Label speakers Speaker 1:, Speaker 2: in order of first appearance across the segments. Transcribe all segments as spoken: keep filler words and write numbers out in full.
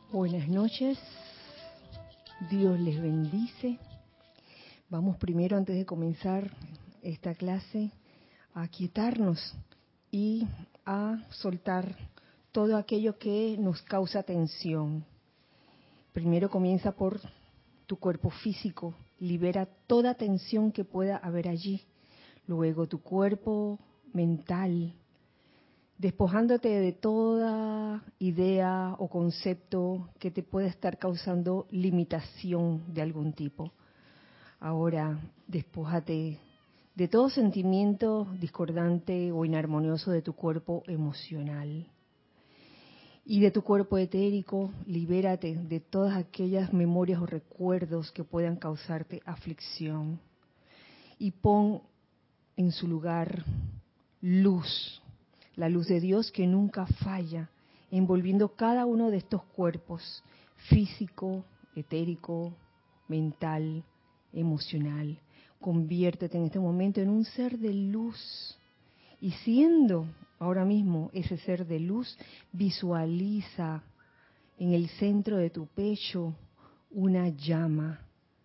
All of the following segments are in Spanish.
Speaker 1: Buenas noches, Dios les bendice. Vamos primero, antes de comenzar esta clase, a aquietarnos y a soltar todo aquello que nos causa tensión. Primero comienza por tu cuerpo físico, libera toda tensión que pueda haber allí. Luego tu cuerpo mental, despojándote de toda idea o concepto que te pueda estar causando limitación de algún tipo. Ahora, despójate de todo sentimiento discordante o inarmonioso de tu cuerpo emocional. Y de tu cuerpo etérico, libérate de todas aquellas memorias o recuerdos que puedan causarte aflicción. Y pon en su lugar luz, la luz de Dios que nunca falla, envolviendo cada uno de estos cuerpos, físico, etérico, mental, emocional. Conviértete en este momento en un ser de luz. Y siendo ahora mismo ese ser de luz, visualiza en el centro de tu pecho una llama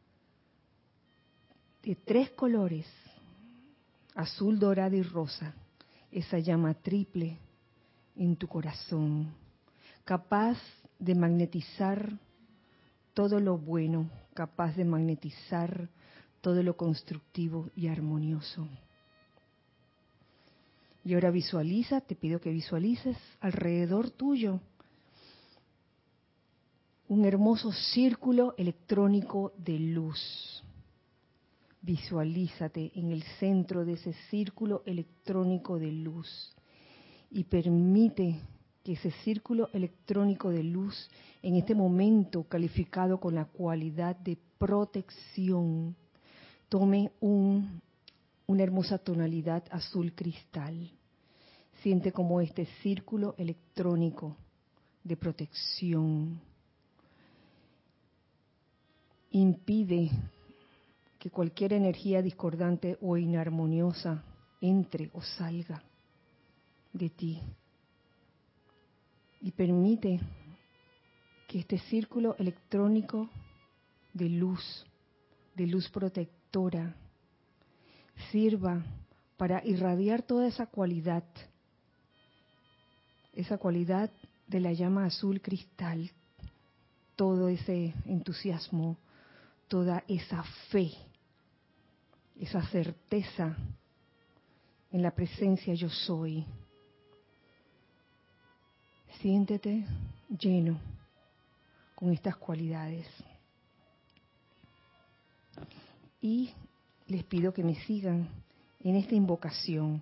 Speaker 1: de tres colores, azul, dorado y rosa. Esa llama triple en tu corazón, capaz de magnetizar todo lo bueno, capaz de magnetizar todo lo constructivo y armonioso. Y ahora visualiza, te pido que visualices alrededor tuyo un hermoso círculo electrónico de luz. Visualízate en el centro de ese círculo electrónico de luz y permite que ese círculo electrónico de luz, en este momento calificado con la cualidad de protección, tome un, una hermosa tonalidad azul cristal. Siente como este círculo electrónico de protección impide que cualquier energía discordante o inarmoniosa entre o salga de ti. Y permite que este círculo electrónico de luz, de luz protectora, sirva para irradiar toda esa cualidad, esa cualidad de la llama azul cristal, todo ese entusiasmo, toda esa fe, esa certeza en la presencia yo soy. Siéntete lleno con estas cualidades. Y les pido que me sigan en esta invocación.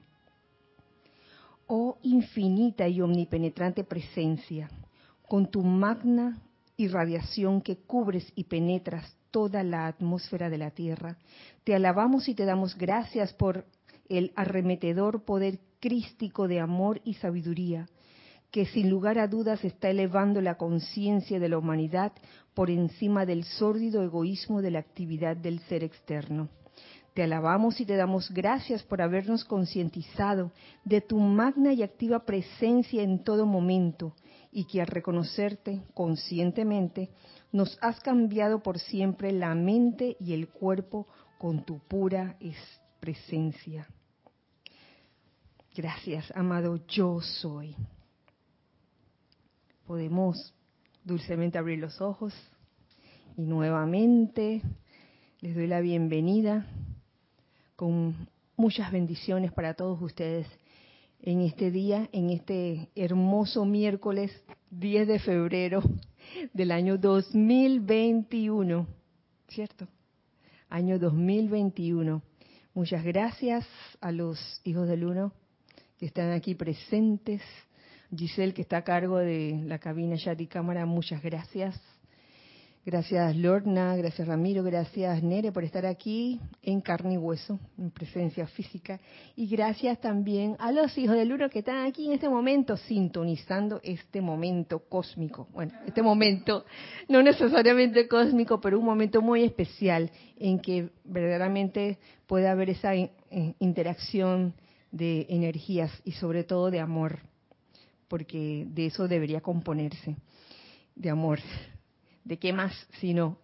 Speaker 1: Oh infinita y omnipenetrante presencia, con tu magna irradiación que cubres y penetras toda la atmósfera de la Tierra, te alabamos y te damos gracias por el arremetedor poder crístico de amor y sabiduría, que sin lugar a dudas está elevando la conciencia de la humanidad por encima del sórdido egoísmo de la actividad del ser externo. Te alabamos y te damos gracias por habernos concientizado de tu magna y activa presencia en todo momento, y que al reconocerte conscientemente nos has cambiado por siempre la mente y el cuerpo con tu pura presencia. Gracias, amado yo soy. Podemos dulcemente abrir los ojos y nuevamente les doy la bienvenida con muchas bendiciones para todos ustedes en este día, en este hermoso miércoles diez de febrero del año dos mil veintiuno, ¿cierto? Año dos mil veintiuno. Muchas gracias a los hijos del uno que están aquí presentes. Giselle, que está a cargo de la cabina chat y cámara, muchas gracias. Gracias Lorna, gracias Ramiro, gracias Nere por estar aquí en carne y hueso, en presencia física. Y gracias también a los hijos del uno que están aquí en este momento, sintonizando este momento cósmico. Bueno, este momento no necesariamente cósmico, pero un momento muy especial en que verdaderamente puede haber esa interacción de energías y sobre todo de amor, porque de eso debería componerse. de amor. ¿De qué más si no?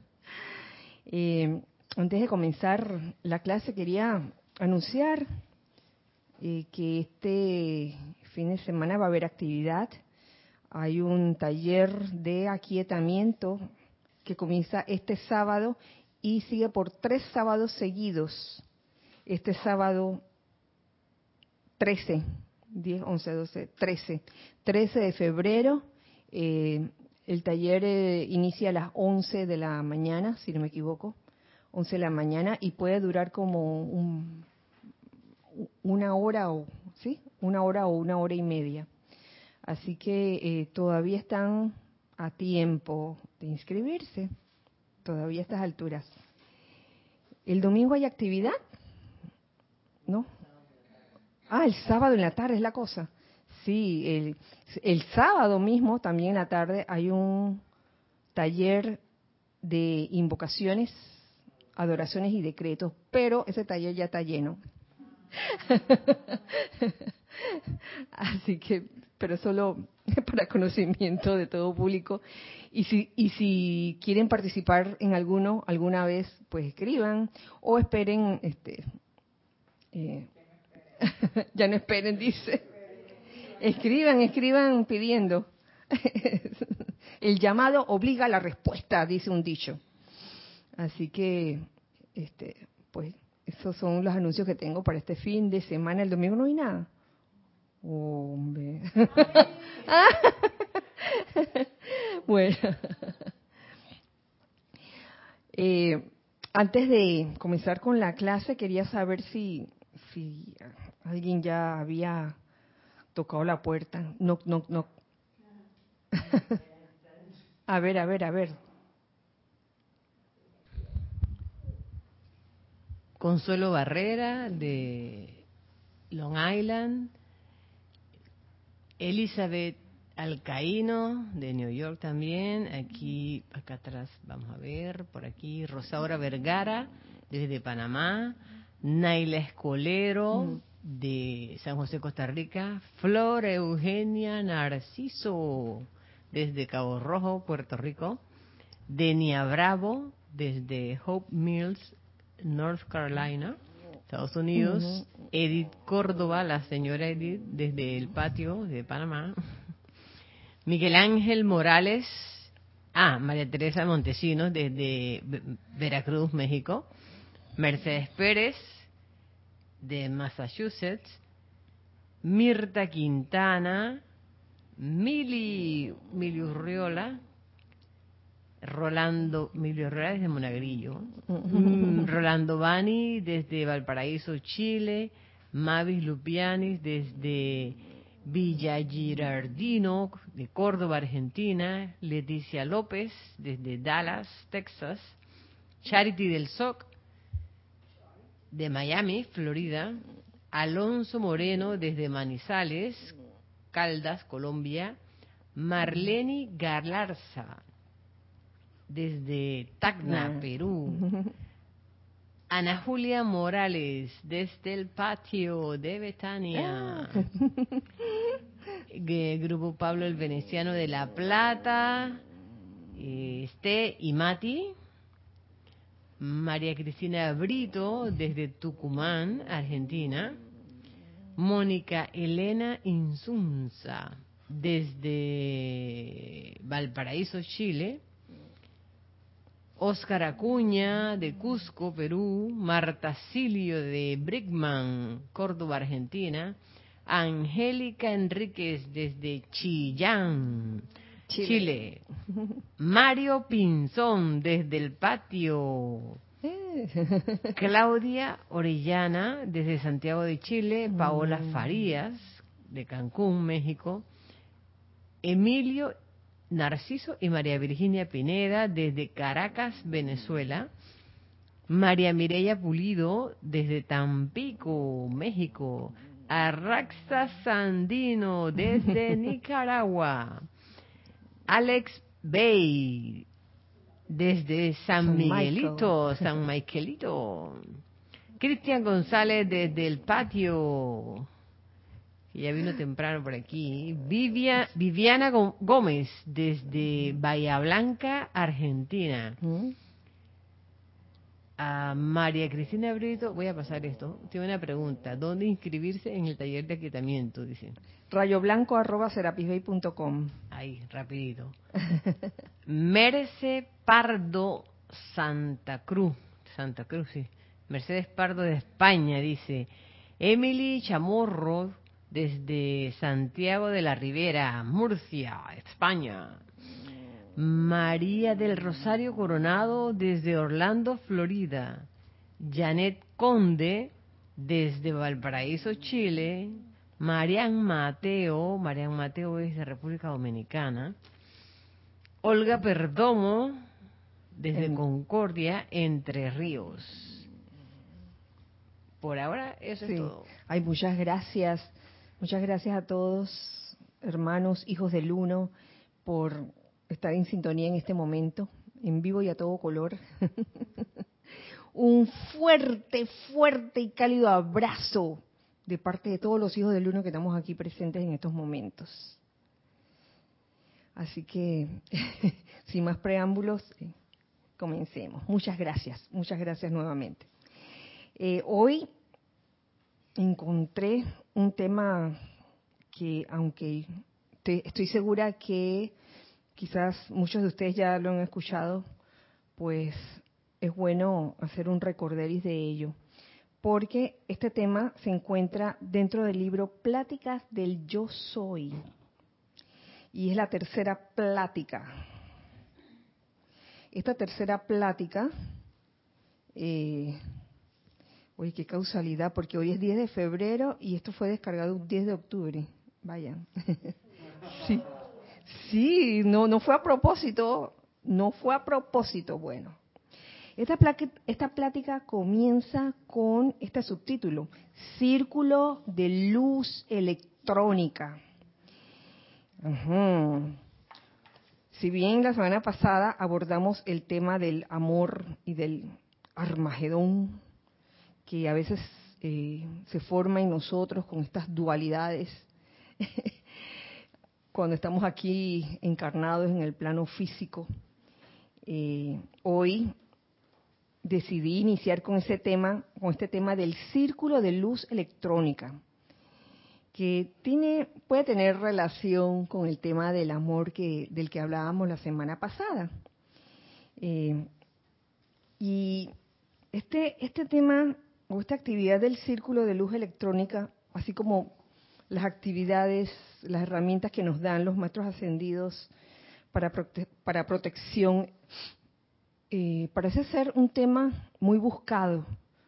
Speaker 1: eh, antes de comenzar la clase quería anunciar eh, que este fin de semana va a haber actividad. Hay un taller de aquietamiento que comienza este sábado y sigue por tres sábados seguidos. Este sábado trece, diez, once, doce, trece, trece de febrero. Eh, el taller eh, inicia a las once de la mañana, si no me equivoco, once de la mañana, y puede durar como un, una hora o sí, una hora o una hora y media. Así que eh, todavía están a tiempo de inscribirse, todavía a estas alturas. ¿El domingo hay actividad? ¿No? Ah, el sábado en la tarde es la cosa. Sí, el, el sábado mismo, también en la tarde, hay un taller de invocaciones, adoraciones y decretos, pero ese taller ya está lleno. Así que, pero solo para conocimiento de todo público. Y si, y si quieren participar en alguno, alguna vez, pues escriban o esperen, este, eh, ya no esperen, dice. Escriban, escriban pidiendo. El llamado obliga a la respuesta, dice un dicho. Así que, este, pues, esos son los anuncios que tengo para este fin de semana. El domingo no hay nada. Hombre. Bueno. Eh, antes de comenzar con la clase, quería saber si, si alguien ya había tocado la puerta. No, no, no. A ver, a ver, a ver.
Speaker 2: Consuelo Barrera de Long Island, Elizabeth Alcaíno de New York también, aquí, acá atrás, vamos a ver, por aquí, Rosaura Vergara desde Panamá, Naila Escolero
Speaker 1: Mm.
Speaker 2: de San José, Costa Rica, Flor Eugenia Narciso desde Cabo Rojo, Puerto Rico, Denia Bravo desde Hope Mills, North Carolina, Estados Unidos,
Speaker 1: Uh-huh.
Speaker 2: Edith Córdoba, la señora Edith, desde el patio de Panamá, Miguel Ángel Morales, ah, María Teresa Montesinos, desde Veracruz, México, Mercedes Pérez, de Massachusetts, Mirta Quintana, Mili, Mili Urriola, Rolando, Emilio Herrera desde Monagrillo, mm, Rolando Bani desde Valparaíso, Chile, Mavis Lupianis desde Villa Girardino de Córdoba, Argentina, Leticia López desde Dallas, Texas, Charity del S O C de Miami, Florida, Alonso Moreno desde Manizales, Caldas, Colombia, Marleni Galarza desde Tacna, Perú, Ana Julia Morales desde el patio de Betania, Grupo Pablo el Veneciano de La Plata, Este y Mati, María Cristina Brito desde Tucumán, Argentina, Mónica Elena Insunza desde Valparaíso, Chile, Óscar Acuña de Cusco, Perú, Marta Silio de Brickman, Córdoba, Argentina, Angélica Enríquez desde Chillán, Chile. Chile, Mario Pinzón desde el patio, Claudia Orellana desde Santiago de Chile, Paola Farías de Cancún, México, Emilio Narciso y María Virginia Pineda desde Caracas, Venezuela, María Mireya Pulido desde Tampico, México, Arraxa Sandino desde Nicaragua, Alex Bay desde San, San Miguelito, Michael. San Michaelito, Cristian González desde el patio, Ya vino temprano por aquí. Vivia, Viviana Gómez, desde Bahía Blanca, Argentina.
Speaker 1: ¿Mm?
Speaker 2: A María Cristina Brito, voy a pasar esto. Tiene una pregunta. ¿Dónde inscribirse en el taller de aquietamiento? Dice.
Speaker 1: rayoblanco arroba serapisbay punto com.
Speaker 2: Ahí, rapidito. Merce Pardo Santa Cruz. Santa Cruz, sí. Mercedes Pardo de España, dice. Emily Chamorro, desde Santiago de la Ribera, Murcia, España. María del Rosario Coronado, desde Orlando, Florida. Janet Conde, desde Valparaíso, Chile. Marian Mateo, Marian Mateo es de República Dominicana. Olga Perdomo, desde
Speaker 1: En-
Speaker 2: Concordia, Entre Ríos. Por ahora eso es
Speaker 1: Sí,
Speaker 2: todo.
Speaker 1: ay, muchas gracias. Muchas gracias a todos, hermanos, hijos del uno, por estar en sintonía en este momento, en vivo y a todo color. Un fuerte, fuerte y cálido abrazo de parte de todos los hijos del uno que estamos aquí presentes en estos momentos. Así que, sin más preámbulos, eh, comencemos. Muchas gracias, muchas gracias nuevamente. Eh, hoy encontré un tema que, aunque te, estoy segura que quizás muchos de ustedes ya lo han escuchado, pues es bueno hacer un recorderis de ello, porque este tema se encuentra dentro del libro Pláticas del Yo Soy, y es la tercera plática. Esta tercera plática, eh, oye, qué causalidad, porque hoy es diez de febrero y esto fue descargado un diez de octubre. Vaya. Sí, sí, no, no fue a propósito, no fue a propósito. Bueno, esta, placa, esta plática comienza con este subtítulo, Círculo de Luz Electrónica. Ujú. Si bien la semana pasada abordamos el tema del amor y del Armagedón, que a veces eh, se forma en nosotros con estas dualidades, cuando estamos aquí encarnados en el plano físico, eh, hoy decidí iniciar con ese tema, con este tema del círculo de luz electrónica, que tiene, puede tener relación con el tema del amor que, del que hablábamos la semana pasada. Eh, y este, este tema o esta actividad del círculo de luz electrónica, así como las actividades, las herramientas que nos dan los maestros ascendidos para, prote para protección, eh, parece ser un tema muy buscado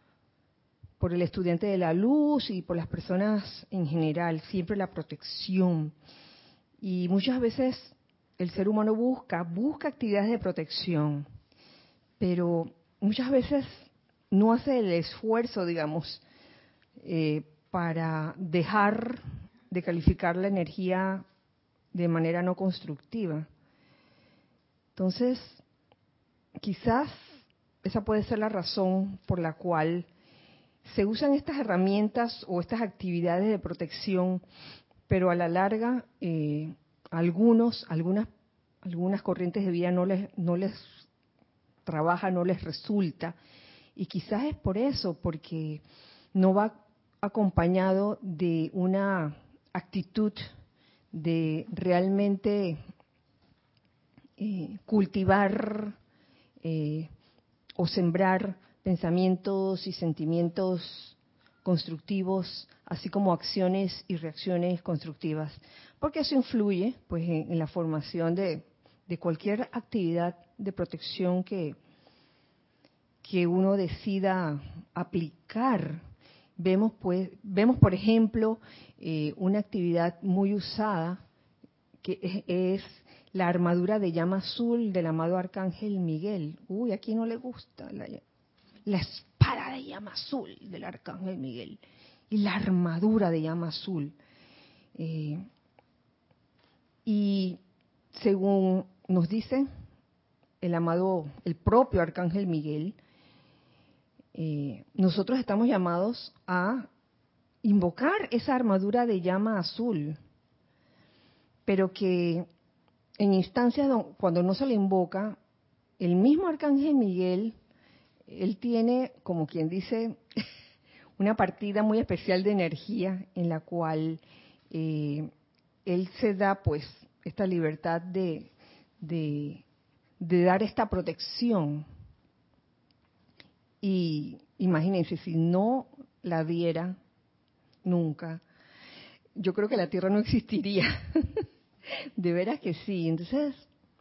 Speaker 1: por el estudiante de la luz y por las personas en general, siempre la protección. Y muchas veces el ser humano busca, busca actividades de protección, pero muchas veces no hace el esfuerzo, digamos, eh, para dejar de calificar la energía de manera no constructiva. Entonces, quizás esa puede ser la razón por la cual se usan estas herramientas o estas actividades de protección, pero a la larga eh, algunos, algunas, algunas corrientes de vida no les, no les trabaja, no les resulta, y quizás es por eso, porque no va acompañado de una actitud de realmente eh, cultivar eh, o sembrar pensamientos y sentimientos constructivos, así como acciones y reacciones constructivas, porque eso influye pues en, en la formación de, de cualquier actividad de protección que, que uno decida aplicar. Vemos pues, vemos por ejemplo eh, una actividad muy usada que es, es la armadura de llama azul del amado Arcángel Miguel. Uy, ¿a quién no le gusta la, la espada de llama azul del Arcángel Miguel y la armadura de llama azul? Eh, y según nos dice el amado, el propio Arcángel Miguel, eh, nosotros estamos llamados a invocar esa armadura de llama azul, pero que en instancias cuando no se le invoca, el mismo Arcángel Miguel, él tiene, como quien dice, una partida muy especial de energía en la cual eh, él se da pues esta libertad de, de, de dar esta protección. Y imagínense, si no la diera nunca, yo creo que la Tierra no existiría. De veras que sí. Entonces,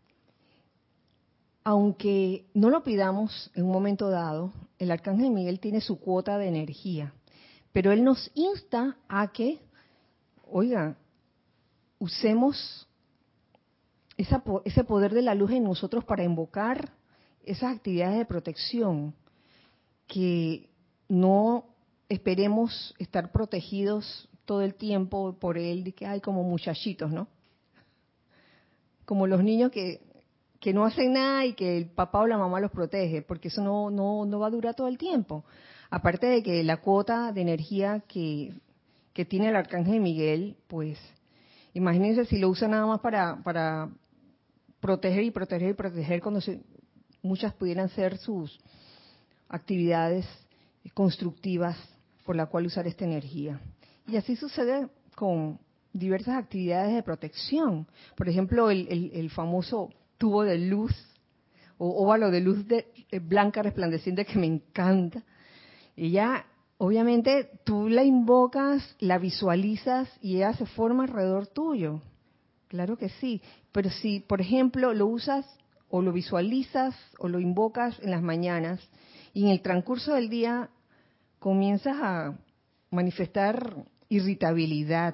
Speaker 1: aunque no lo pidamos en un momento dado, el Arcángel Miguel tiene su cuota de energía, pero él nos insta a que, oiga, usemos esa, ese poder de la luz en nosotros para invocar esas actividades de protección, que no esperemos estar protegidos todo el tiempo por él, de que hay como muchachitos, ¿no? Como los niños que, que no hacen nada y que el papá o la mamá los protege, porque eso no, no, no va a durar todo el tiempo. Aparte de que la cuota de energía que, que tiene el Arcángel Miguel, pues imagínense si lo usa nada más para, para proteger y proteger y proteger, cuando se, muchas pudieran ser sus actividades constructivas por la cual usar esta energía. Y así sucede con diversas actividades de protección. Por ejemplo, el, el, el famoso tubo de luz o óvalo de luz de, de blanca resplandeciente, que me encanta. Ella, obviamente, tú la invocas, la visualizas y ella se forma alrededor tuyo. Claro que sí. Pero si, por ejemplo, lo usas o lo visualizas o lo invocas en las mañanas y en el transcurso del día comienzas a manifestar irritabilidad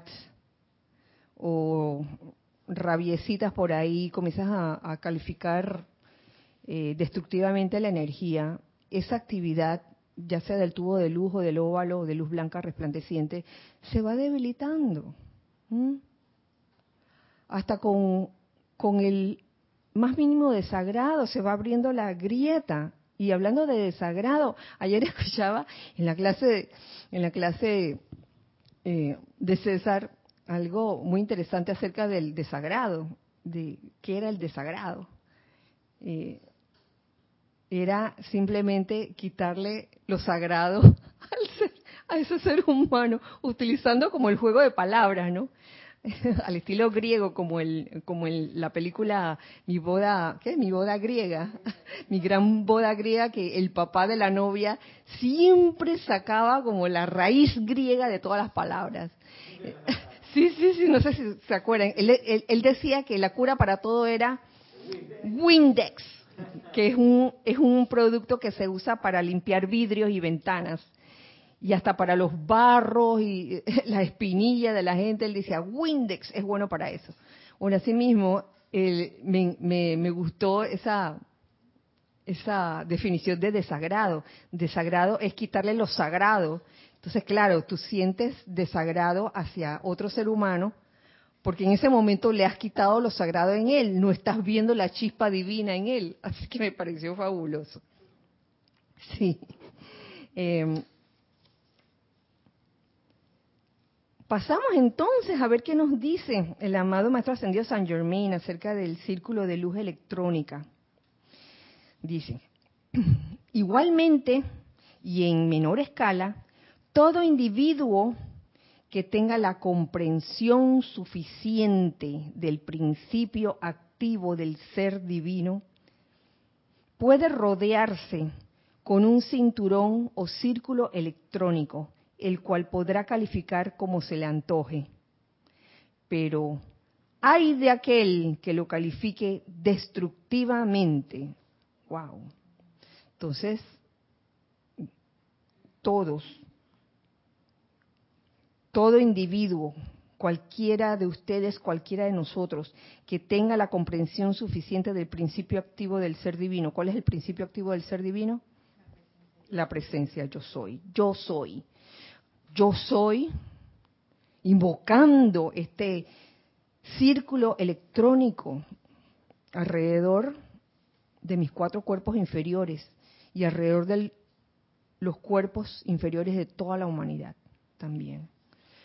Speaker 1: o rabiecitas por ahí, comienzas a, a calificar eh, destructivamente la energía, esa actividad, ya sea del tubo de luz o del óvalo o de luz blanca resplandeciente, se va debilitando. ¿Mm? Hasta con, con el más mínimo desagrado se va abriendo la grieta. Y hablando de desagrado, ayer escuchaba en la clase, en la clase eh, de César algo muy interesante acerca del desagrado, de qué era el desagrado. Eh, era simplemente quitarle lo sagrado al ser, a ese ser humano, utilizando como el juego de palabras, ¿no? Al estilo griego, como el como en la película Mi boda, ¿qué? Mi boda griega, Mi gran boda griega, que el papá de la novia siempre sacaba como la raíz griega de todas las palabras. Sí, sí, sí, no sé si se acuerdan. Él, él, él decía que la cura para todo era Windex, que es un es un producto que se usa para limpiar vidrios y ventanas. Y hasta para los barros y la espinilla de la gente, él decía, Windex es bueno para eso. Bueno, así mismo, eh, me, me, me gustó esa, esa definición de desagrado. Desagrado es quitarle lo sagrado. Entonces, claro, tú sientes desagrado hacia otro ser humano, porque en ese momento le has quitado lo sagrado en él, no estás viendo la chispa divina en él. Así que me pareció fabuloso. Sí. Eh, Pasamos entonces a ver qué nos dice el amado Maestro Ascendido Saint Germain acerca del círculo de luz electrónica. Dice, igualmente y en menor escala, todo individuo que tenga la comprensión suficiente del principio activo del ser divino puede rodearse con un cinturón o círculo electrónico, el cual podrá calificar como se le antoje. Pero ay de aquel que lo califique destructivamente. Wow. Entonces, todos, todo individuo, cualquiera de ustedes, cualquiera de nosotros, que tenga la comprensión suficiente del principio activo del ser divino. ¿Cuál es el principio activo del ser divino? La presencia, yo soy. Yo soy. Yo soy, invocando este círculo electrónico alrededor de mis cuatro cuerpos inferiores y alrededor de los cuerpos inferiores de toda la humanidad también.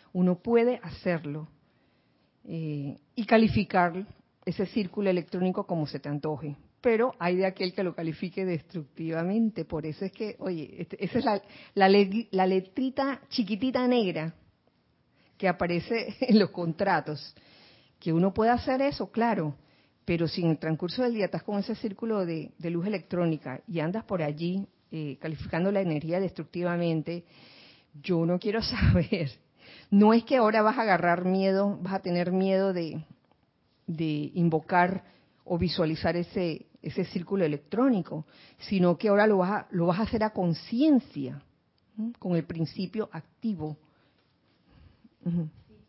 Speaker 1: Uno puede hacerlo eh, y calificar ese círculo electrónico como se te antoje. Pero hay de aquel que lo califique destructivamente. Por eso es que, oye, este, esa es la, la, le, la letrita chiquitita negra que aparece en los contratos. Que uno puede hacer eso, claro, pero si en el transcurso del día estás con ese círculo de, de luz electrónica y andas por allí eh, calificando la energía destructivamente, yo no quiero saber. No es que ahora vas a agarrar miedo, vas a tener miedo de, de invocar o visualizar ese ese círculo electrónico, sino que ahora lo vas a, lo vas a hacer a conciencia, ¿sí? Con el principio activo. Uh-huh.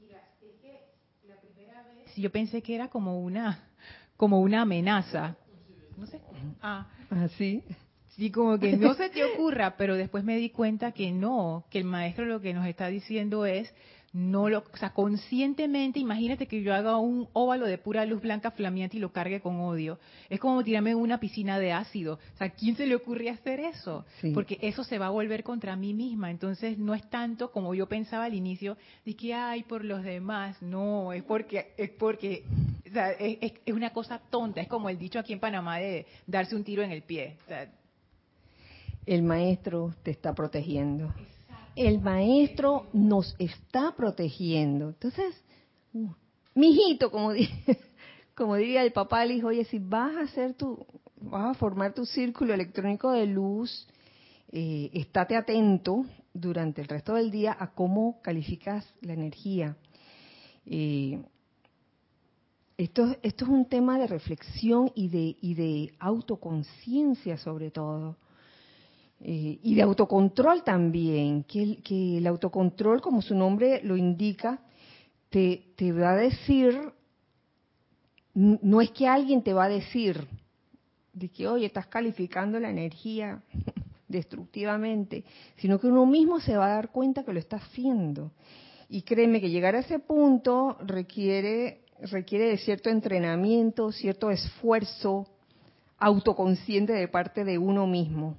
Speaker 3: Yo pensé que era como una como una amenaza. No sé. Ah,
Speaker 1: así.
Speaker 3: Sí, como que no se te ocurra, pero después me di cuenta que no, que el maestro lo que nos está diciendo es no lo, o sea, conscientemente, imagínate que yo haga un óvalo de pura luz blanca flameante y lo cargue con odio. Es como tirarme en una piscina de ácido. O sea, ¿a quién se le ocurre hacer eso?
Speaker 1: Sí.
Speaker 3: Porque eso se va a volver contra mí misma. Entonces, no es tanto como yo pensaba al inicio, de que ay, por los demás. No, es porque, es porque, o sea, es, es, es una cosa tonta. Es como el dicho aquí en Panamá de darse un tiro en el pie. O sea,
Speaker 1: el maestro te está protegiendo. El maestro nos está protegiendo. Entonces, uh, mijito, como, di, como diría el papá al hijo, oye, si vas a hacer tu, vas a formar tu círculo electrónico de luz, eh, estate atento durante el resto del día a cómo calificas la energía. Eh, esto, esto es un tema de reflexión y de, y de autoconciencia sobre todo. Eh, y de autocontrol también, que el, que el autocontrol, como su nombre lo indica, te, te va a decir, no es que alguien te va a decir, de que, oye, estás calificando la energía destructivamente, sino que uno mismo se va a dar cuenta que lo está haciendo. Y créeme que llegar a ese punto requiere, requiere de cierto entrenamiento, cierto esfuerzo autoconsciente de parte de uno mismo.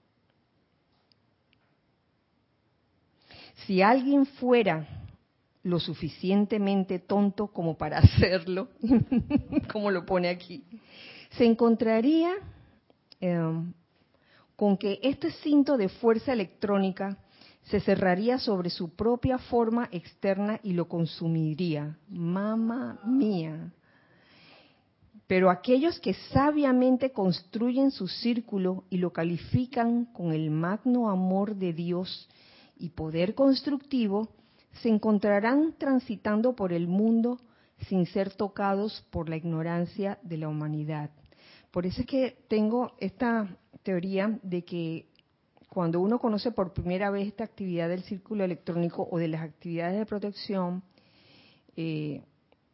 Speaker 1: Si alguien fuera lo suficientemente tonto como para hacerlo, como lo pone aquí, se encontraría eh, con que este cinto de fuerza electrónica se cerraría sobre su propia forma externa y lo consumiría. ¡Mamma mía! Pero aquellos que sabiamente construyen su círculo y lo califican con el magno amor de Dios y poder constructivo, se encontrarán transitando por el mundo sin ser tocados por la ignorancia de la humanidad. Por eso es que tengo esta teoría de que cuando uno conoce por primera vez esta actividad del círculo electrónico o de las actividades de protección, eh,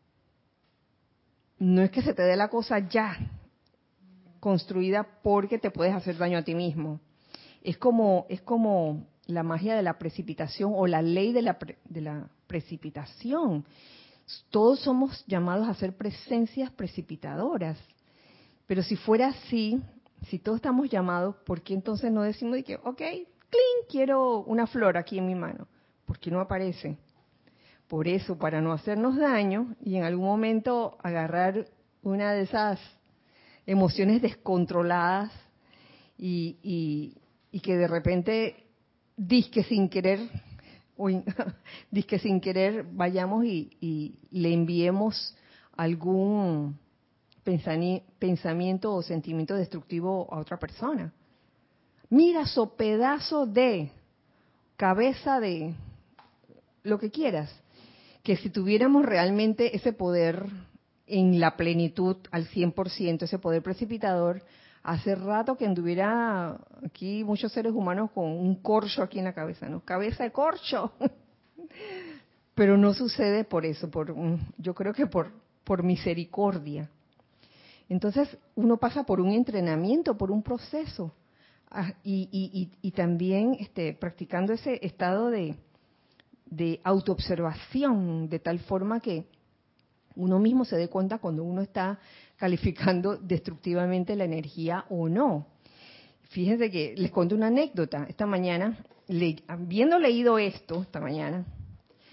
Speaker 1: no es que se te dé la cosa ya construida porque te puedes hacer daño a ti mismo. Es como, es como la magia de la precipitación o la ley de la, pre, de la precipitación. Todos somos llamados a ser presencias precipitadoras. Pero si fuera así, si todos estamos llamados, ¿por qué entonces no decimos de que, ok, clean, quiero una flor aquí en mi mano? ¿Por qué no aparece? Por eso, para no hacernos daño y en algún momento agarrar una de esas emociones descontroladas y, y, y que de repente disque sin querer, uy, disque sin querer vayamos y, y le enviemos algún pensamiento o sentimiento destructivo a otra persona. Mira, so pedazo de cabeza de lo que quieras. Que si tuviéramos realmente ese poder en la plenitud al cien por ciento, ese poder precipitador, hace rato que anduviera aquí muchos seres humanos con un corcho aquí en la cabeza, ¿no? Cabeza de corcho. Pero no sucede por eso, por yo creo que por, por misericordia. Entonces uno pasa por un entrenamiento, por un proceso, ah, y, y, y, y también este, practicando ese estado de, de autoobservación, de tal forma que uno mismo se dé cuenta cuando uno está calificando destructivamente la energía o no. Fíjense que les cuento una anécdota. Esta mañana, le, habiendo leído esto, esta mañana,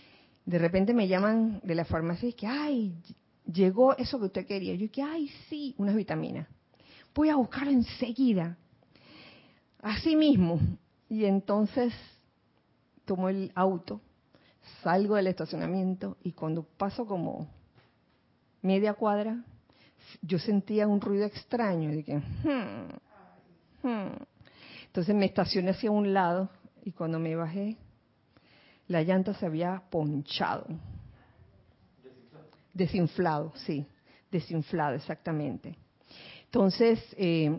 Speaker 1: de repente me llaman de la farmacia y que, ay, llegó eso que usted quería. Yo que, ay, sí, unas vitaminas. Voy a buscarlo enseguida. Así mismo. Y entonces tomo el auto, salgo del estacionamiento y cuando paso como media cuadra, yo sentía un ruido extraño. Y dije, hmm, hmm. Entonces me estacioné hacia un lado y cuando me bajé, la llanta se había ponchado. Desinflado. Desinflado, sí. Desinflado, exactamente. Entonces, eh,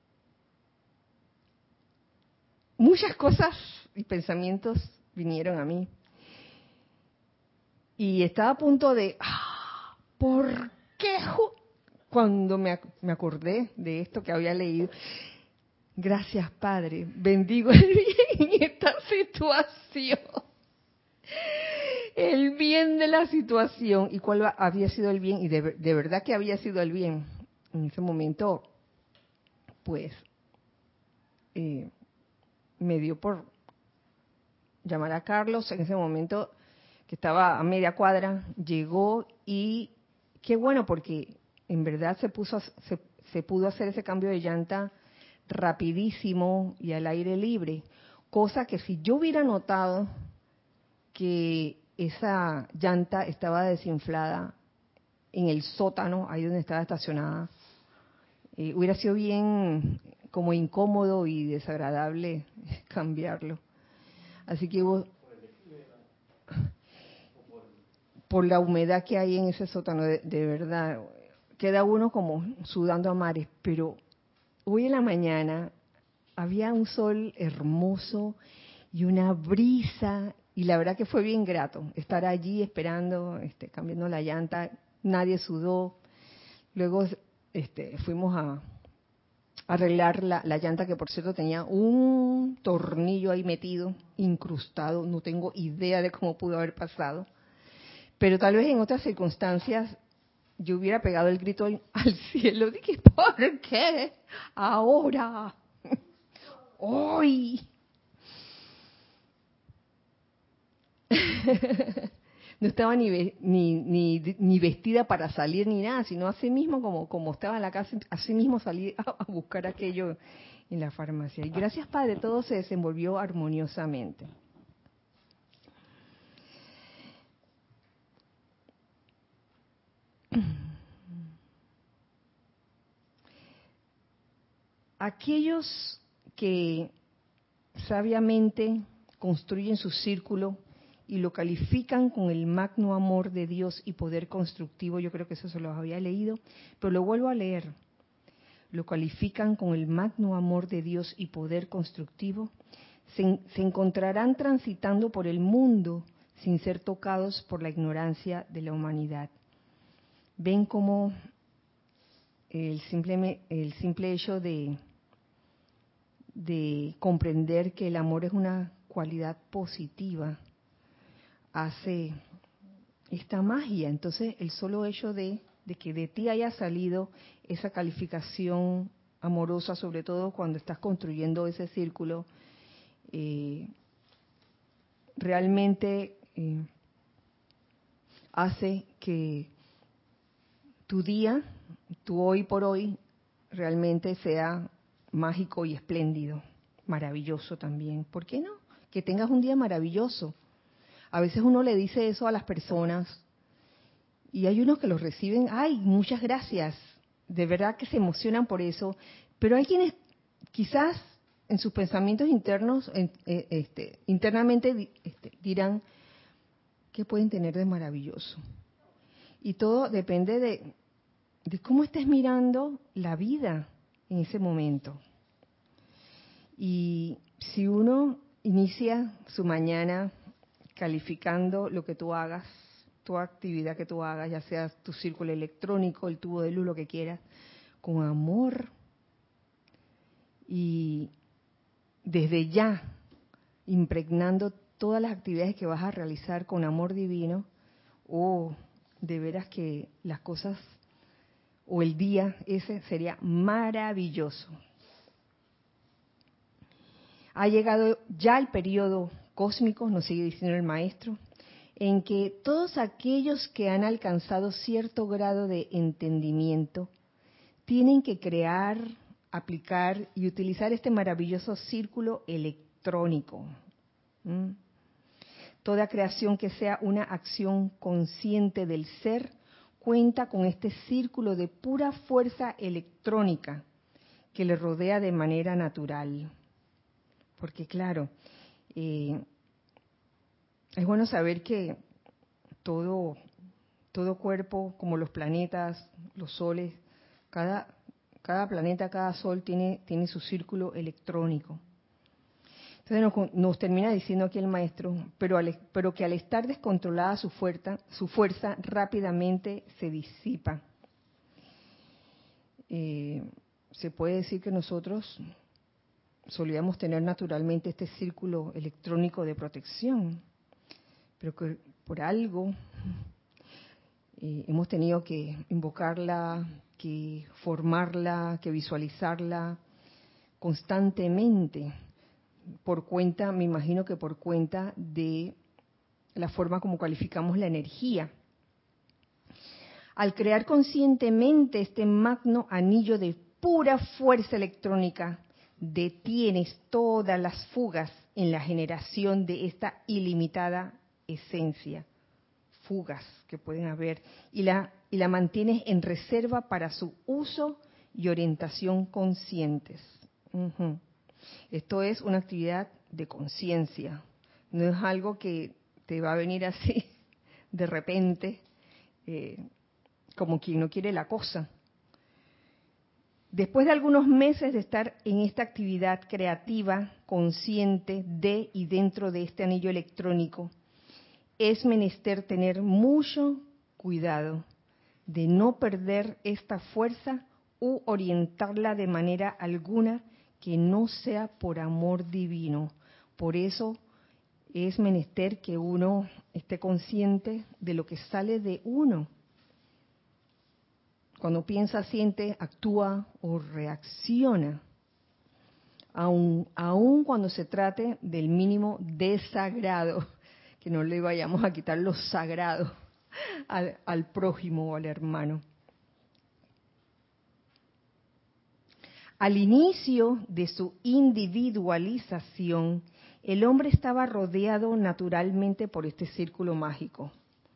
Speaker 1: muchas cosas y pensamientos vinieron a mí. Y estaba a punto de, ah, ¿por qué? Cuando me, me acordé de esto que había leído, gracias Padre, bendigo el bien en esta situación. El bien de la situación. ¿Y cuál había sido el bien? Y de, de verdad que había sido el bien. En ese momento, pues, eh, me dio por llamar a Carlos. En ese momento, que estaba a media cuadra, llegó y qué bueno porque en verdad se puso, se, se pudo hacer ese cambio de llanta rapidísimo y al aire libre. Cosa que si yo hubiera notado que esa llanta estaba desinflada en el sótano, ahí donde estaba estacionada, eh, hubiera sido bien como incómodo y desagradable cambiarlo. Así que hubo, por la humedad que hay en ese sótano, de, de verdad, queda uno como sudando a mares, pero hoy en la mañana había un sol hermoso y una brisa, y la verdad que fue bien grato estar allí esperando, este, cambiando la llanta, nadie sudó. Luego este, fuimos a arreglar la, la llanta, que por cierto tenía un tornillo ahí metido, incrustado, no tengo idea de cómo pudo haber pasado. Pero tal vez en otras circunstancias yo hubiera pegado el grito al, al cielo. Dije, ¿por qué? Ahora. Hoy. No estaba ni, ni, ni, ni vestida para salir ni nada, sino así mismo como, como estaba en la casa, así mismo salí a, a buscar aquello en la farmacia. Y gracias Padre, todo se desenvolvió armoniosamente. Aquellos que sabiamente construyen su círculo y lo califican con el magno amor de Dios y poder constructivo, yo creo que eso se los había leído, pero lo vuelvo a leer. Lo califican con el magno amor de Dios y poder constructivo, se, se encontrarán transitando por el mundo sin ser tocados por la ignorancia de la humanidad. Ven cómo el simple, el simple hecho de, de comprender que el amor es una cualidad positiva hace esta magia. Entonces, el solo hecho de, de que de ti haya salido esa calificación amorosa, sobre todo cuando estás construyendo ese círculo, eh, realmente eh, hace que tu día, tu hoy por hoy, realmente sea mágico y espléndido, maravilloso también. ¿Por qué no? Que tengas un día maravilloso. A veces uno le dice eso a las personas y hay unos que lo reciben, ay, muchas gracias, de verdad que se emocionan por eso, pero hay quienes quizás en sus pensamientos internos, en, eh, este, internamente este, dirán, ¿qué pueden tener de maravilloso? Y todo depende de, de cómo estés mirando la vida en ese momento. Y si uno inicia su mañana calificando lo que tú hagas, tu actividad que tú hagas, ya sea tu círculo electrónico, el tubo de luz, lo que quieras, con amor y desde ya impregnando todas las actividades que vas a realizar con amor divino, oh, de veras que las cosas o el día ese sería maravilloso. Ha llegado ya el periodo cósmico, nos sigue diciendo el maestro, en que todos aquellos que han alcanzado cierto grado de entendimiento tienen que crear, aplicar y utilizar este maravilloso círculo electrónico. ¿Mm? Toda creación que sea una acción consciente del ser cuenta con este círculo de pura fuerza electrónica que le rodea de manera natural. Porque claro, eh, es bueno saber que todo, todo cuerpo, como los planetas, los soles, cada, cada planeta, cada sol tiene, tiene su círculo electrónico. Entonces nos, nos termina diciendo aquí el maestro, pero, al, pero que al estar descontrolada su fuerza, su fuerza rápidamente se disipa. Eh, se puede decir que nosotros solíamos tener naturalmente este círculo electrónico de protección, pero que por algo eh, hemos tenido que invocarla, que formarla, que visualizarla constantemente, por cuenta, me imagino que por cuenta de la forma como calificamos la energía. Al crear conscientemente este magno anillo de pura fuerza electrónica, detienes todas las fugas en la generación de esta ilimitada esencia, fugas que pueden haber, y la, y la mantienes en reserva para su uso y orientación conscientes. Uh-huh. Esto es una actividad de conciencia, no es algo que te va a venir así de repente, eh, como quien no quiere la cosa. Después de algunos meses de estar en esta actividad creativa, consciente de y dentro de este anillo electrónico, es menester tener mucho cuidado de no perder esta fuerza u orientarla de manera alguna que no sea por amor divino. Por eso es menester que uno esté consciente de lo que sale de uno. Cuando piensa, siente, actúa o reacciona, aun, aun cuando se trate del mínimo desagrado, que no le vayamos a quitar lo sagrado al, al prójimo o al hermano. Al inicio de su individualización, el hombre estaba rodeado naturalmente por este círculo mágico.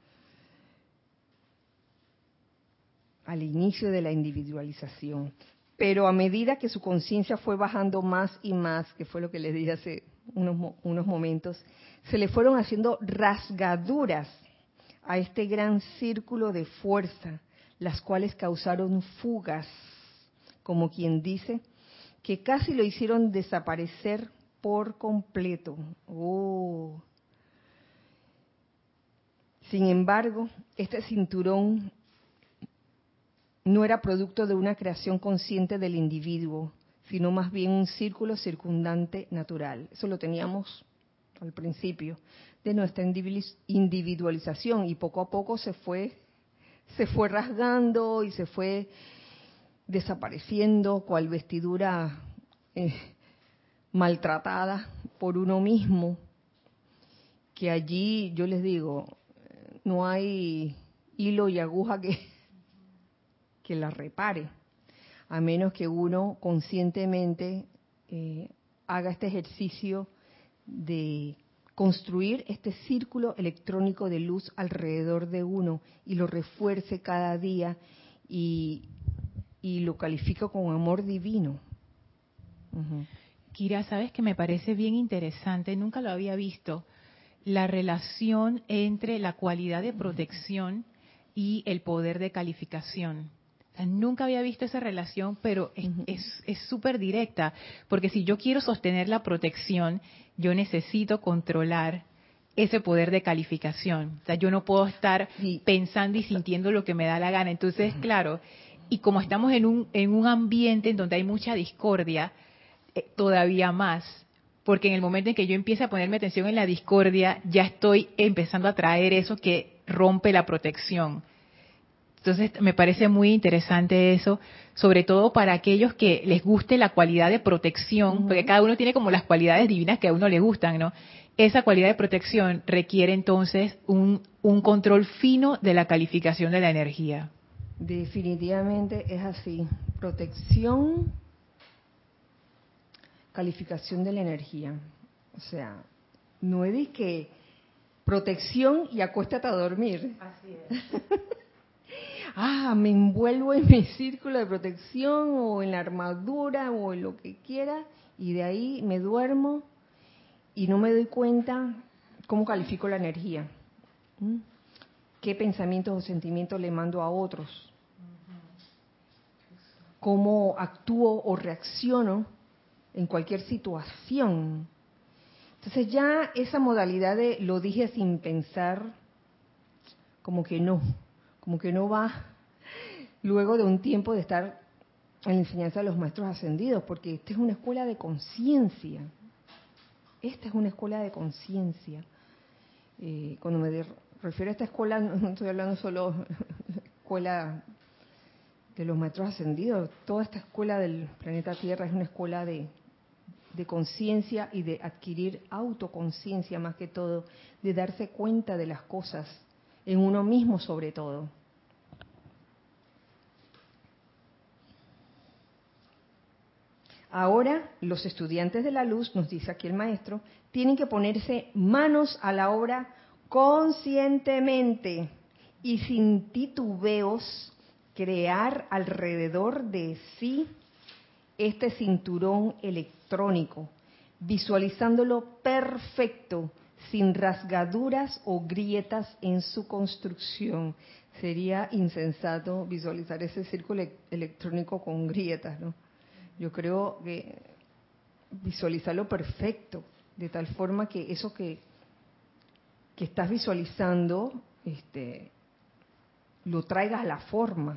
Speaker 1: Al inicio de la individualización. Pero a medida que su conciencia fue bajando más y más, que fue lo que les dije hace unos, unos momentos, se le fueron haciendo rasgaduras a este gran círculo de fuerza, las cuales causaron fugas, como quien dice, que casi lo hicieron desaparecer por completo. Oh. Sin embargo, este cinturón no era producto de una creación consciente del individuo, sino más bien un círculo circundante natural. Eso lo teníamos al principio de nuestra individualización y poco a poco se fue, se fue rasgando y se fue desapareciendo cual vestidura eh, maltratada por uno mismo, que allí, yo les digo, no hay hilo y aguja que que la repare, a menos que uno conscientemente eh, haga este ejercicio de construir este círculo electrónico de luz alrededor de uno y lo refuerce cada día y, y lo califique con amor divino. Uh-huh.
Speaker 3: Kira, sabes que me parece bien interesante, nunca lo había visto, la relación entre la cualidad de protección y el poder de calificación. Nunca había visto esa relación, pero es súper directa, porque si yo quiero sostener la protección, yo necesito controlar ese poder de calificación. O sea, yo no puedo estar sí. pensando y sintiendo lo que me da la gana. Entonces, uh-huh. claro, y como estamos en un, en un ambiente en donde hay mucha discordia, eh, todavía más, porque en el momento en que yo empiece a ponerme atención en la discordia, ya estoy empezando a traer eso que rompe la protección. Entonces me parece muy interesante eso, sobre todo para aquellos que les guste la cualidad de protección, uh-huh. porque cada uno tiene como las cualidades divinas que a uno le gustan, ¿no? Esa cualidad de protección requiere entonces un, un control fino de la calificación de la energía.
Speaker 1: Definitivamente es así. Protección, calificación de la energía. O sea, no es que protección y acuéstate a dormir.
Speaker 3: Así es.
Speaker 1: Ah, me envuelvo en mi círculo de protección o en la armadura o en lo que quiera y de ahí me duermo y no me doy cuenta cómo califico la energía. ¿Mm? ¿Qué pensamientos o sentimientos le mando a otros? ¿Cómo actúo o reacciono en cualquier situación? Entonces ya esa modalidad de lo dije sin pensar, como que no, como que no va luego de un tiempo de estar en la enseñanza de los maestros ascendidos, porque esta es una escuela de conciencia. Esta es una escuela de conciencia. Eh, cuando me de, refiero a esta escuela, no, no estoy hablando solo de escuela de los maestros ascendidos. Toda esta escuela del planeta Tierra es una escuela de, de conciencia y de adquirir autoconciencia más que todo, de darse cuenta de las cosas en uno mismo sobre todo. Ahora, los estudiantes de la luz, nos dice aquí el maestro, tienen que ponerse manos a la obra conscientemente y sin titubeos crear alrededor de sí este cinturón electrónico, visualizándolo perfecto, sin rasgaduras o grietas en su construcción. Sería insensato visualizar ese círculo electrónico con grietas, ¿no? Yo creo que visualizarlo perfecto, de tal forma que eso que, que estás visualizando, este, lo traigas a la forma.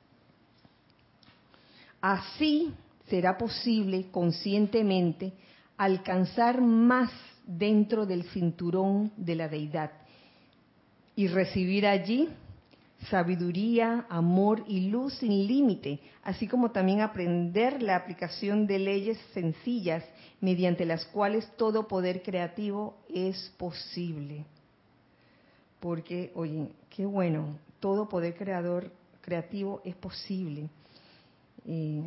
Speaker 1: Así será posible conscientemente alcanzar más dentro del cinturón de la deidad y recibir allí sabiduría, amor y luz sin límite, así como también aprender la aplicación de leyes sencillas mediante las cuales todo poder creativo es posible. Porque, oye, qué bueno, todo poder creador creativo es posible. Eh,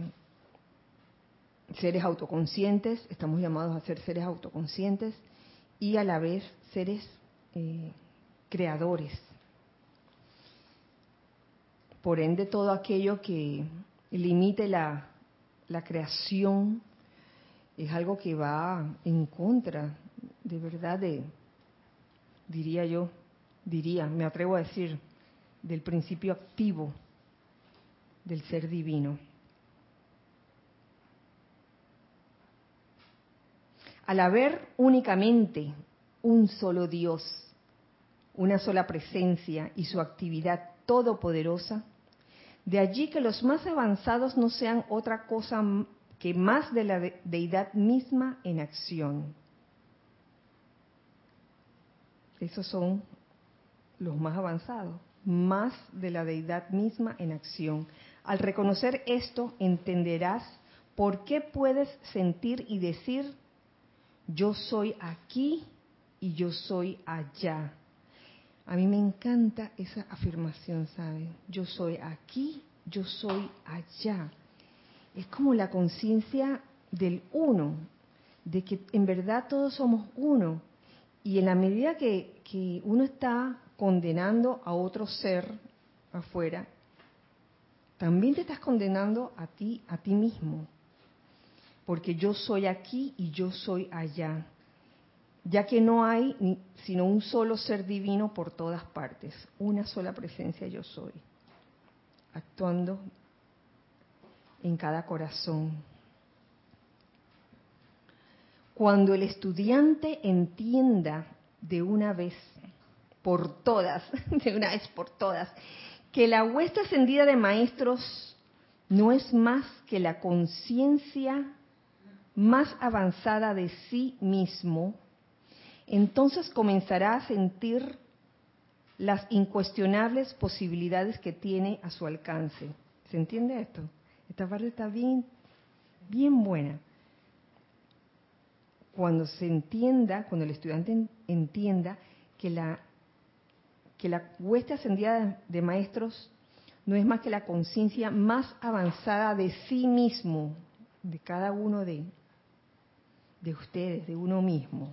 Speaker 1: seres autoconscientes, estamos llamados a ser seres autoconscientes y a la vez seres eh, creadores. Por ende, todo aquello que limite la, la creación es algo que va en contra, de verdad, de, diría yo, diría, me atrevo a decir, del principio activo del ser divino. Al haber únicamente un solo Dios, una sola presencia y su actividad todopoderosa, de allí que los más avanzados no sean otra cosa que más de la de deidad misma en acción. Esos son los más avanzados, más de la deidad misma en acción. Al reconocer esto, entenderás por qué puedes sentir y decir: yo soy aquí y yo soy allá. A mí me encanta esa afirmación, ¿saben? Yo soy aquí, yo soy allá. Es como la conciencia del uno, de que en verdad todos somos uno. Y en la medida que, que uno está condenando a otro ser afuera, también te estás condenando a ti, a ti mismo. Porque yo soy aquí y yo soy allá, ya que no hay ni, sino un solo ser divino por todas partes, una sola presencia yo soy, actuando en cada corazón. Cuando el estudiante entienda de una vez por todas, de una vez por todas, que la hueste ascendida de maestros no es más que la conciencia más avanzada de sí mismo, entonces comenzará a sentir las incuestionables posibilidades que tiene a su alcance. ¿Se entiende esto? Esta parte está bien, bien buena. Cuando se entienda, cuando el estudiante entienda que la, que la hueste ascendida de maestros no es más que la conciencia más avanzada de sí mismo, de cada uno de, de ustedes, de uno mismo.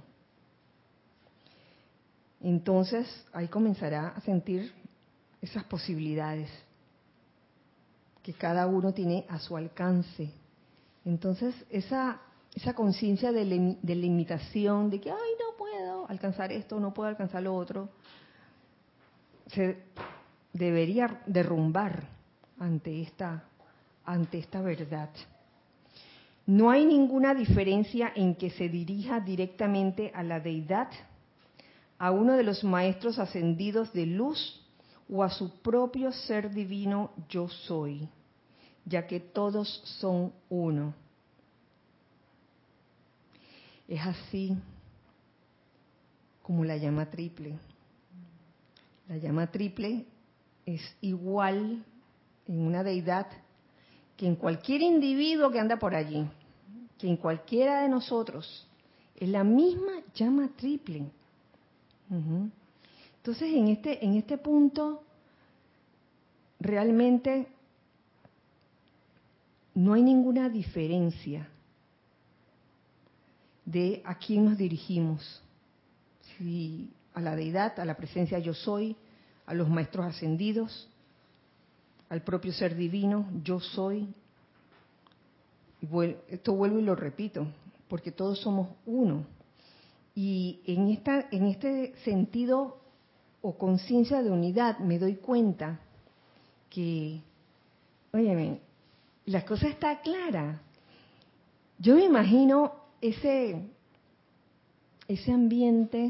Speaker 1: Entonces ahí comenzará a sentir esas posibilidades que cada uno tiene a su alcance. Entonces esa esa conciencia de, lim, de limitación, de que ay no puedo alcanzar esto, no puedo alcanzar lo otro, se debería derrumbar ante esta ante esta verdad. No hay ninguna diferencia en que se dirija directamente a la deidad, a uno de los maestros ascendidos de luz o a su propio ser divino yo soy, ya que todos son uno. Es así como la llama triple. La llama triple es igual en una deidad que en cualquier individuo que anda por allí, que en cualquiera de nosotros. Es la misma llama triple. Uh-huh. Entonces, en este, en este punto, realmente no hay ninguna diferencia de a quién nos dirigimos. Si a la deidad, a la presencia yo soy, a los maestros ascendidos, al propio ser divino, yo soy. Esto vuelvo y lo repito, porque todos somos uno. Y en, esta, en este sentido o conciencia de unidad me doy cuenta que, óyeme, la cosa está clara. Yo me imagino ese, ese ambiente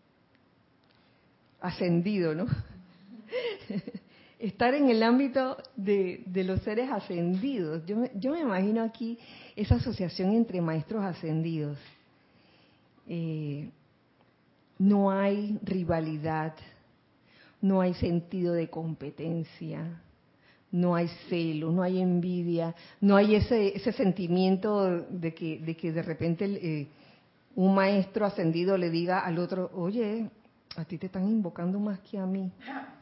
Speaker 1: ascendido, ¿no? Estar en el ámbito de, de los seres ascendidos. Yo me, yo me imagino aquí esa asociación entre maestros ascendidos. Eh, no hay rivalidad, no hay sentido de competencia, no hay celo, no hay envidia, no hay ese ese sentimiento de que de que de repente eh, un maestro ascendido le diga al otro, oye, a ti te están invocando más que a mí.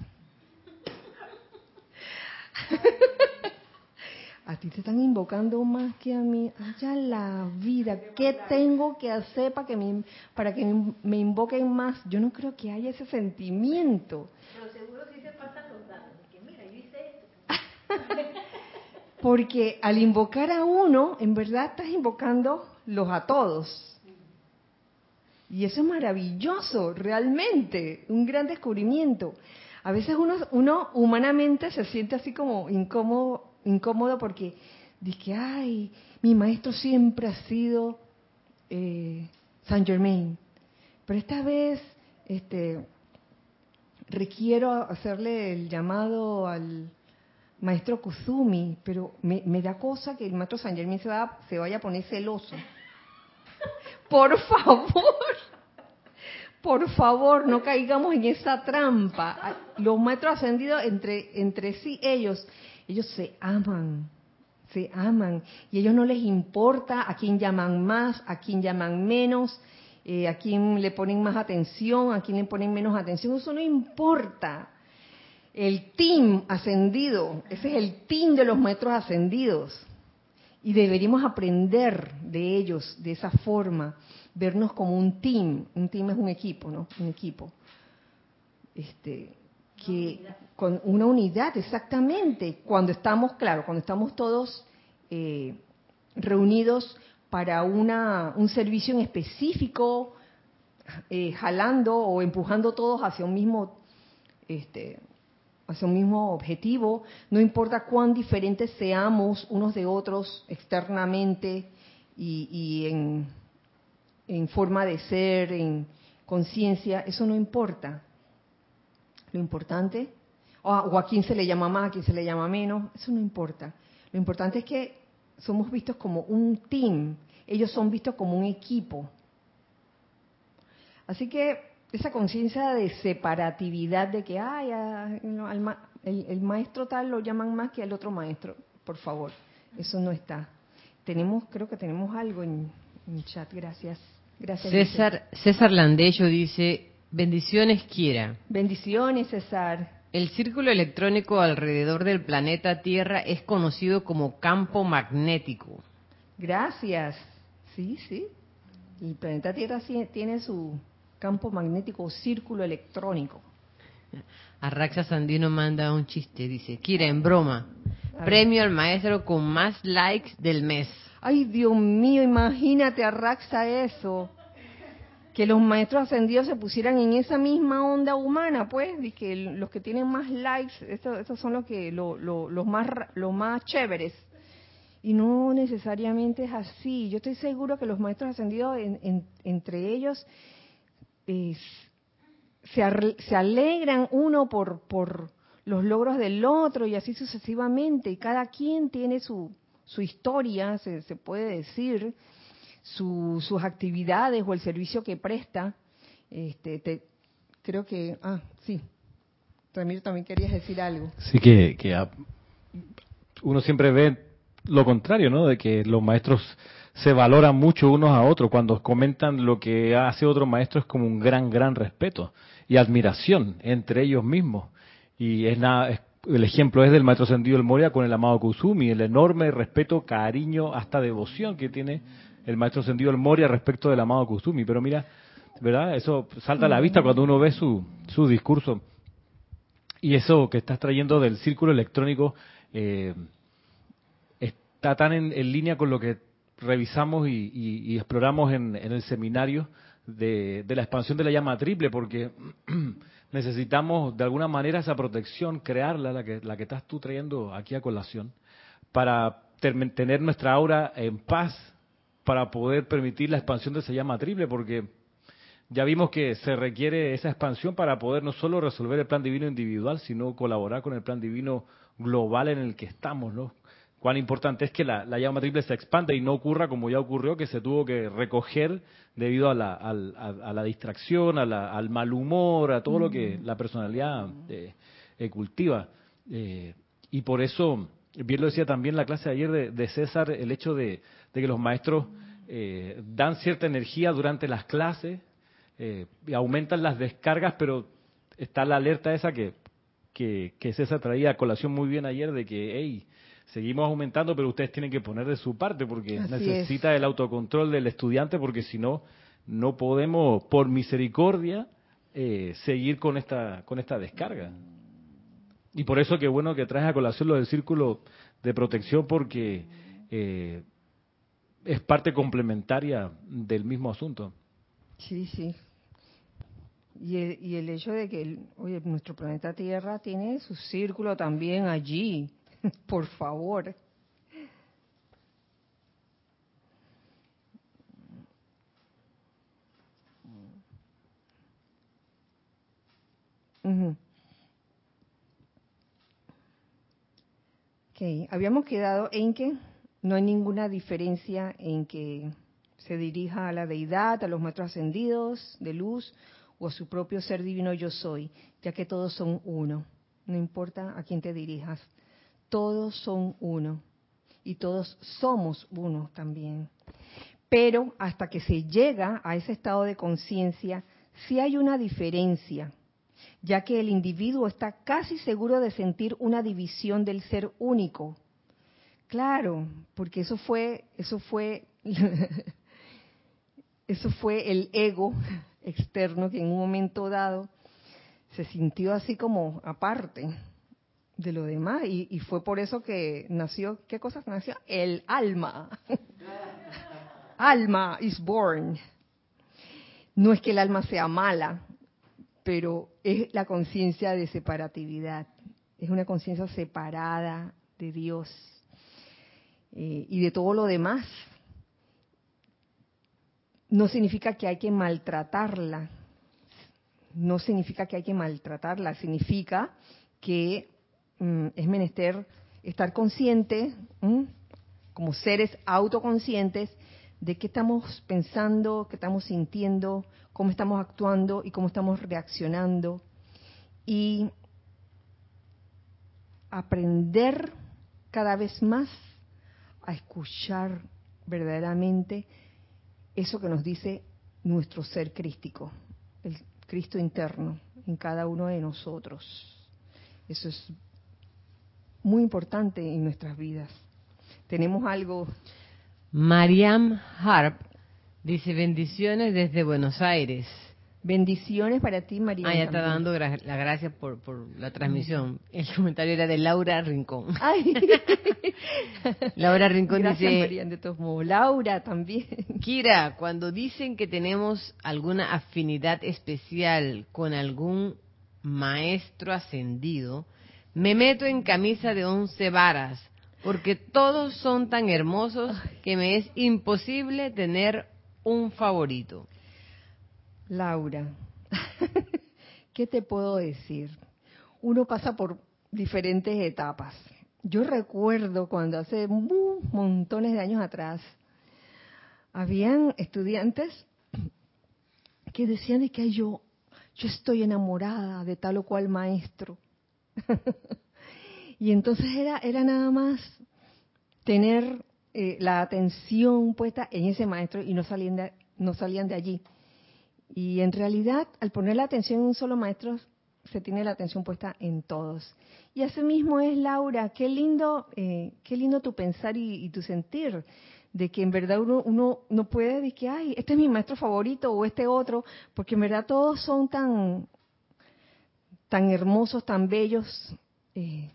Speaker 1: A ti te están invocando más que a mí. Allá la vida, ¿qué tengo que hacer para que me, para que me invoquen más? Yo no creo que haya ese sentimiento.
Speaker 4: Pero seguro sí te pasan los datos. Que mira, yo hice esto.
Speaker 1: Porque al invocar a uno, en verdad estás invocando los a todos. Y eso es maravilloso, realmente, un gran descubrimiento. A veces uno, uno humanamente se siente así como incómodo, incómodo porque dice, ay, mi maestro siempre ha sido eh, Saint Germain. Pero esta vez este, requiero hacerle el llamado al maestro Kusumi, pero me, me da cosa que el maestro Saint Germain se, va, se vaya a poner celoso. Por favor. Por favor, no caigamos en esa trampa. Los maestros ascendidos, entre, entre sí, ellos, ellos se aman, se aman. Y a ellos no les importa a quién llaman más, a quién llaman menos, eh, a quién le ponen más atención, a quién le ponen menos atención. Eso no importa. El team ascendido, ese es el team de los maestros ascendidos. Y deberíamos aprender de ellos de esa forma, vernos como un team. Un team es un equipo, ¿no? Un equipo. Este, que con una unidad, exactamente. Cuando estamos, claro, cuando estamos todos eh, reunidos para una un servicio en específico, eh, jalando o empujando todos hacia un mismo este hacia un mismo objetivo, no importa cuán diferentes seamos unos de otros externamente y, y en, en forma de ser, en conciencia, eso no importa. Lo importante, o a, o a quién se le llama más, a quién se le llama menos, eso no importa. Lo importante es que somos vistos como un team, ellos son vistos como un equipo. Así que esa conciencia de separatividad, de que ay, ah, no, al ma- el, el maestro tal lo llaman más que al otro maestro. Por favor, eso no está. Tenemos, creo que tenemos algo en, en chat. Gracias. Gracias.
Speaker 2: César, César Landello dice, bendiciones Kiera.
Speaker 1: Bendiciones, César.
Speaker 2: El círculo electrónico alrededor del planeta Tierra es conocido como campo magnético.
Speaker 1: Gracias. Sí, sí. El planeta Tierra sí tiene su campo magnético o círculo electrónico.
Speaker 2: Arraxa Sandino manda un chiste, dice, Kira, en broma,
Speaker 1: A ver.
Speaker 2: premio al maestro con más likes del mes.
Speaker 1: Ay, Dios mío, imagínate, Arraxa, eso. Que los maestros ascendidos se pusieran en esa misma onda humana, pues, y que los que tienen más likes, estos, estos son los que lo, lo, los más los más chéveres. Y no necesariamente es así. Yo estoy seguro que los maestros ascendidos, en, en, entre ellos, eh, se, ar, se alegran uno por, por los logros del otro y así sucesivamente. Y cada quien tiene su, su historia, se, se puede decir, su, sus actividades o el servicio que presta. Este, te, creo que, ah, sí, Ramiro, también querías decir algo.
Speaker 5: Sí, que, que a, uno siempre ve lo contrario, ¿no? De que los maestros se valoran mucho unos a otros. Cuando comentan lo que hace otro maestro es como un gran, gran respeto y admiración entre ellos mismos. Y es nada, es, el ejemplo es del maestro ascendido El Moria con el amado Kusumi, el enorme respeto, cariño, hasta devoción que tiene el maestro ascendido El Moria respecto del amado Kusumi. Pero mira, ¿verdad? Eso salta a la vista cuando uno ve su, su discurso. Y eso que estás trayendo del círculo electrónico eh, está tan en, en línea con lo que revisamos y, y, y exploramos en, en el seminario de, de la expansión de la llama triple, porque necesitamos de alguna manera esa protección, crearla, la que, la que estás tú trayendo aquí a colación, para ter- tener nuestra aura en paz, para poder permitir la expansión de esa llama triple, porque ya vimos que se requiere esa expansión para poder no solo resolver el plan divino individual, sino colaborar con el plan divino global en el que estamos, ¿no? Cuán importante es que la, la llama triple se expanda y no ocurra como ya ocurrió, que se tuvo que recoger debido a la, a, a, a la distracción, a la, al mal humor, a todo lo que la personalidad eh, eh, cultiva. Eh, y por eso, bien lo decía también la clase de ayer de, de César, el hecho de, de que los maestros eh, dan cierta energía durante las clases, eh, y aumentan las descargas, pero está la alerta esa que, que, que César traía a colación muy bien ayer, de que, hey, seguimos aumentando, pero ustedes tienen que poner de su parte, porque
Speaker 1: Así
Speaker 5: necesita
Speaker 1: es.
Speaker 5: el autocontrol del estudiante, porque si no, no podemos, por misericordia, eh, seguir con esta, con esta descarga. Y por eso que bueno que traes a colación lo del círculo de protección, porque eh, es parte complementaria del mismo asunto.
Speaker 1: Sí, sí. Y el, y el hecho de que, el, oye, nuestro planeta Tierra tiene su círculo también allí, por favor. Uh-huh. Okay. Habíamos quedado en que no hay ninguna diferencia en que se dirija a la deidad, a los maestros ascendidos de luz o a su propio ser divino yo soy, ya que todos son uno. No importa a quién te dirijas, todos son uno y todos somos uno también. Pero hasta que se llega a ese estado de conciencia, sí hay una diferencia, ya que el individuo está casi seguro de sentir una división del ser único. Claro, porque eso fue, eso fue, eso fue el ego externo que en un momento dado se sintió así como aparte de lo demás y, y fue por eso que nació, ¿qué cosa nació? El alma. Alma is born. No es que el alma sea mala, pero es la conciencia de separatividad. Es una conciencia separada de Dios eh, y de todo lo demás. No significa que hay que maltratarla. No significa que hay que maltratarla. Significa que mm, es menester estar consciente, mm, como seres autoconscientes, de qué estamos pensando, qué estamos sintiendo, cómo estamos actuando y cómo estamos reaccionando. Y aprender cada vez más a escuchar verdaderamente eso que nos dice nuestro ser crístico, el Cristo interno en cada uno de nosotros. Eso es muy importante en nuestras vidas. Tenemos algo.
Speaker 2: Mariam Harp dice bendiciones desde Buenos Aires.
Speaker 1: Bendiciones para ti, María.
Speaker 2: Ah, ya está dando gra las gracias por, por la transmisión. El comentario era de Laura Rincón.
Speaker 1: Ay.
Speaker 2: Laura Rincón
Speaker 1: Gracias,
Speaker 2: dice,
Speaker 1: María, de todos modos. Laura también.
Speaker 2: Kira, cuando dicen que tenemos alguna afinidad especial con algún maestro ascendido, me meto en camisa de once varas, porque todos son tan hermosos que me es imposible tener un favorito.
Speaker 1: Laura, ¿qué te puedo decir? Uno pasa por diferentes etapas. Yo recuerdo cuando hace uh, montones de años atrás, habían estudiantes que decían de que "Ay, yo, yo estoy enamorada de tal o cual maestro". Y entonces era, era nada más tener eh, la atención puesta en ese maestro y no salían de, no salían de allí. Y en realidad, al poner la atención en un solo maestro, se tiene la atención puesta en todos. Y así mismo es, Laura, qué lindo, eh, qué lindo tu pensar y, y tu sentir, de que en verdad uno, uno no puede decir que, ay, este es mi maestro favorito o este otro, porque en verdad todos son tan, tan hermosos, tan bellos, eh,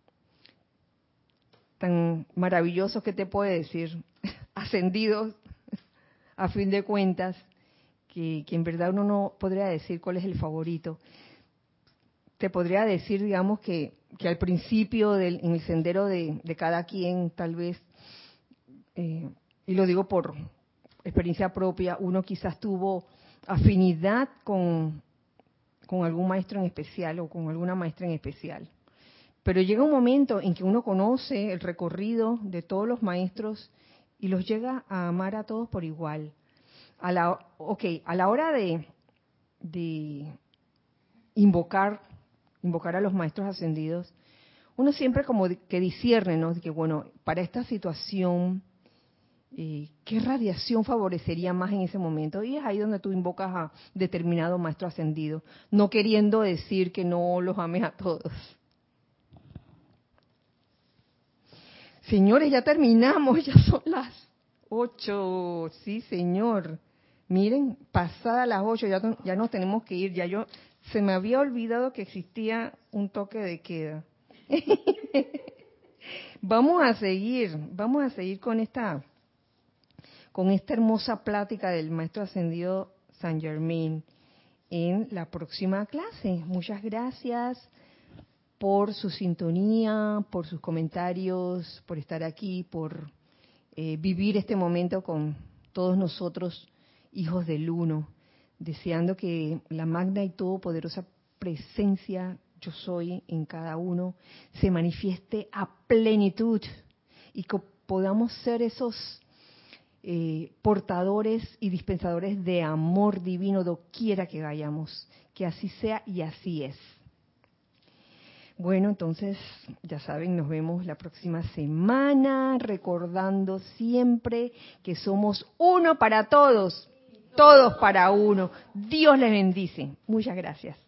Speaker 1: tan maravillosos, que te puedo decir, ascendidos a fin de cuentas, que, que en verdad uno no podría decir cuál es el favorito. Te podría decir, digamos, que, que al principio del, en el sendero de, de cada quien, tal vez, eh, y lo digo por experiencia propia, uno quizás tuvo afinidad con, con algún maestro en especial o con alguna maestra en especial. Pero llega un momento en que uno conoce el recorrido de todos los maestros y los llega a amar a todos por igual. A la, okay, a la hora de, de invocar, invocar a los maestros ascendidos, uno siempre como que discierne, ¿no? De que, bueno, para esta situación, eh, ¿qué radiación favorecería más en ese momento? Y es ahí donde tú invocas a determinado maestro ascendido, no queriendo decir que no los ames a todos. Señores, ya terminamos, ya son las ocho, sí, señor. Miren, pasadas las ocho, ya, ya nos tenemos que ir. Ya yo, se me había olvidado que existía un toque de queda. Vamos a seguir, vamos a seguir con esta, con esta hermosa plática del Maestro Ascendido Saint Germain en la próxima clase. Muchas gracias por su sintonía, por sus comentarios, por estar aquí, por eh, vivir este momento con todos nosotros, hijos del Uno, deseando que la magna y todopoderosa presencia yo soy en cada uno se manifieste a plenitud y que podamos ser esos eh, portadores y dispensadores de amor divino doquiera que vayamos. Que así sea y así es. Bueno, entonces, ya saben, nos vemos la próxima semana, recordando siempre que somos uno para todos, todos para uno. Dios les bendice. Muchas gracias.